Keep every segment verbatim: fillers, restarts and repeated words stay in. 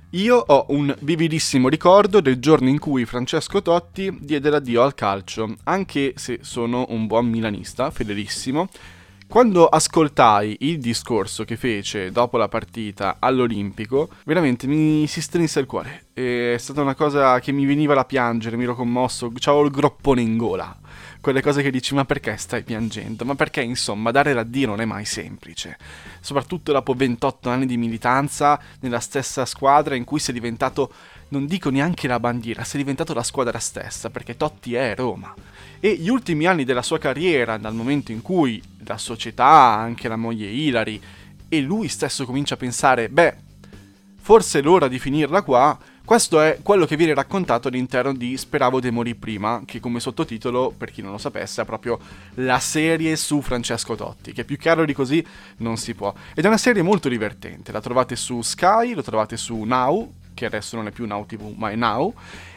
Io ho un vividissimo ricordo del giorno in cui Francesco Totti diede l'addio al calcio, anche se sono un buon milanista, fedelissimo. Quando ascoltai il discorso che fece dopo la partita all'Olimpico, veramente mi si strinse il cuore. È stata una cosa che mi veniva da piangere, mi ero commosso, c'avevo il groppone in gola. Quelle cose che dici, ma perché stai piangendo? Ma perché, insomma, dare l'addio non è mai semplice. Soprattutto dopo ventotto anni di militanza nella stessa squadra in cui sei diventato, non dico neanche la bandiera, sei diventato la squadra stessa, perché Totti è Roma. E gli ultimi anni della sua carriera, dal momento in cui la società, anche la moglie Ilari, e lui stesso comincia a pensare, beh, forse è l'ora di finirla qua. Questo è quello che viene raccontato all'interno di Speravo de morì prima, che come sottotitolo, per chi non lo sapesse, è proprio la serie su Francesco Totti, che più chiaro di così non si può. Ed è una serie molto divertente, la trovate su Sky, lo trovate su Now, che adesso non è più Now tivù, ma è Now,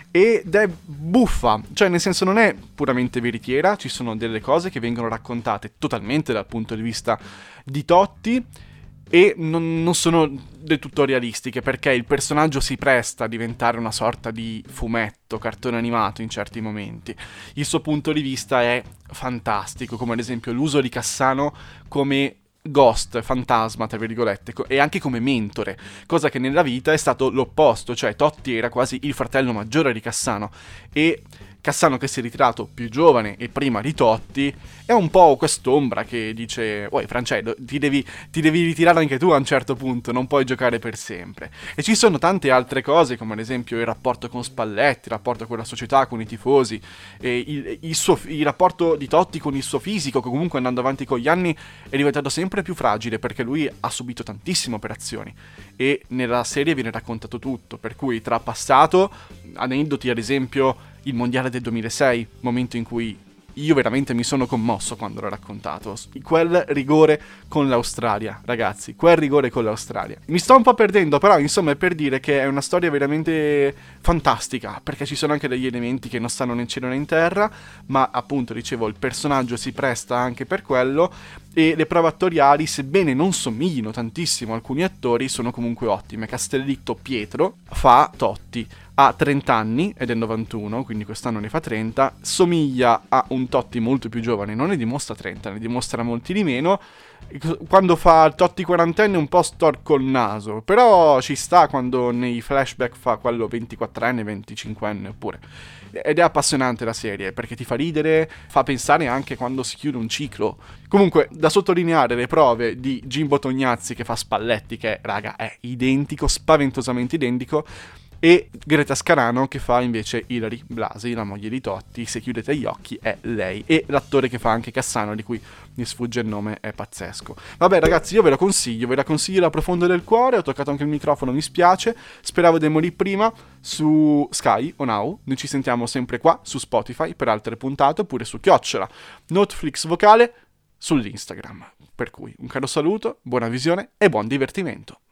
ed è buffa, cioè nel senso non è puramente veritiera, ci sono delle cose che vengono raccontate totalmente dal punto di vista di Totti, e non, non sono del tutto realistiche, perché il personaggio si presta a diventare una sorta di fumetto, cartone animato in certi momenti. Il suo punto di vista è fantastico, come ad esempio l'uso di Cassano come ghost, fantasma, tra virgolette, e anche come mentore, cosa che nella vita è stato l'opposto, cioè Totti era quasi il fratello maggiore di Cassano, e Cassano, che si è ritirato più giovane e prima di Totti, è un po' quest'ombra che dice: uè Francesco, ti devi, ti devi ritirare anche tu a un certo punto, non puoi giocare per sempre. E ci sono tante altre cose, come ad esempio il rapporto con Spalletti, il rapporto con la società, con i tifosi, e il, il, suo, il rapporto di Totti con il suo fisico, che comunque andando avanti con gli anni è diventato sempre più fragile, perché lui ha subito tantissime operazioni, e nella serie viene raccontato tutto, per cui tra passato, aneddoti ad esempio il mondiale del duemilasei, momento in cui io veramente mi sono commosso quando l'ho raccontato. Quel rigore con l'Australia, ragazzi, quel rigore con l'Australia. Mi sto un po' perdendo, però insomma è per dire che è una storia veramente fantastica, perché ci sono anche degli elementi che non stanno né in cielo né in terra, ma appunto, dicevo, il personaggio si presta anche per quello, e le prove attoriali, sebbene non somiglino tantissimo a alcuni attori, sono comunque ottime. Castellitto Pietro fa Totti, ha trenta anni ed è novantuno, quindi quest'anno ne fa trenta, somiglia a un Totti molto più giovane, non ne dimostra trenta, ne dimostra molti di meno. Quando fa il Totti quarantenne un po' storco il naso, però ci sta quando nei flashback fa quello ventiquattrenne, venticinquenne oppure. Ed è appassionante la serie, perché ti fa ridere, fa pensare anche quando si chiude un ciclo. Comunque, da sottolineare le prove di Jimbo Tognazzi che fa Spalletti, che raga è identico, spaventosamente identico, e Greta Scarano che fa invece Ilari Blasi, la moglie di Totti. Se chiudete gli occhi è lei, e l'attore che fa anche Cassano, di cui mi sfugge il nome, è pazzesco. Vabbè ragazzi, io ve la consiglio, ve la consiglio da profondo del cuore. Ho toccato anche il microfono, mi spiace. Speravo di morire prima, su Sky o Now. Noi ci sentiamo sempre qua su Spotify per altre puntate, oppure su Chiocciola Notflix Vocale sull'Instagram. Per cui un caro saluto, buona visione e buon divertimento.